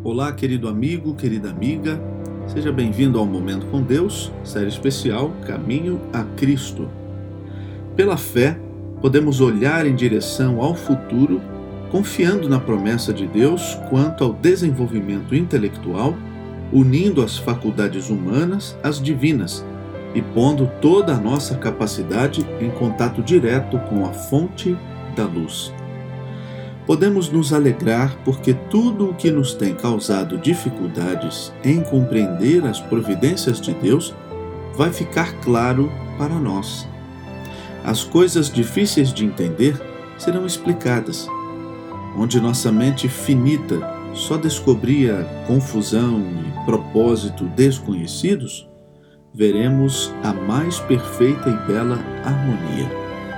Olá, querido amigo, querida amiga, seja bem-vindo ao Momento com Deus, série especial Caminho a Cristo. Pela fé, podemos olhar em direção ao futuro, confiando na promessa de Deus quanto ao desenvolvimento intelectual, unindo as faculdades humanas às divinas e pondo toda a nossa capacidade em contato direto com a fonte da luz. Podemos nos alegrar porque tudo o que nos tem causado dificuldades em compreender as providências de Deus vai ficar claro para nós. As coisas difíceis de entender serão explicadas. Onde nossa mente finita só descobria confusão e propósito desconhecidos, veremos a mais perfeita e bela harmonia.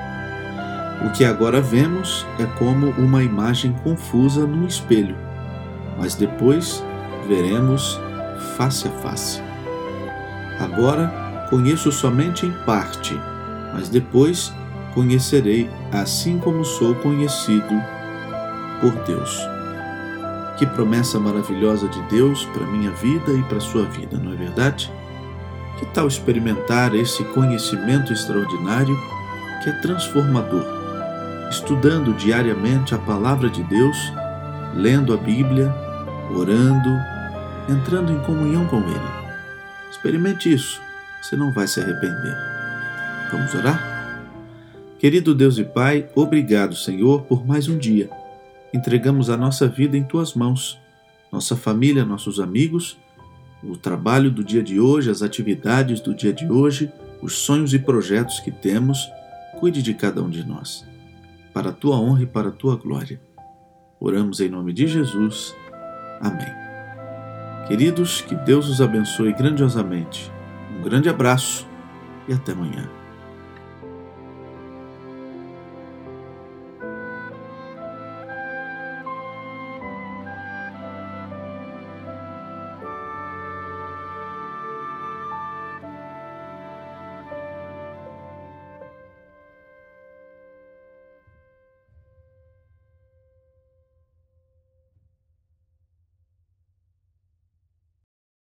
O que agora vemos é como uma imagem confusa num espelho, mas depois veremos face a face. Agora conheço somente em parte, mas depois conhecerei assim como sou conhecido por Deus. Que promessa maravilhosa de Deus para minha vida e para a sua vida, não é verdade? Que tal experimentar esse conhecimento extraordinário que é transformador? Estudando diariamente a Palavra de Deus, lendo a Bíblia, orando, entrando em comunhão com Ele. Experimente isso, você não vai se arrepender. Vamos orar? Querido Deus e Pai, obrigado, Senhor, por mais um dia. Entregamos a nossa vida em Tuas mãos, nossa família, nossos amigos, o trabalho do dia de hoje, as atividades do dia de hoje, os sonhos e projetos que temos. Cuide de cada um de nós. Para a Tua honra e para a Tua glória. Oramos em nome de Jesus. Amém. Queridos, que Deus os abençoe grandiosamente. Um grande abraço e até amanhã.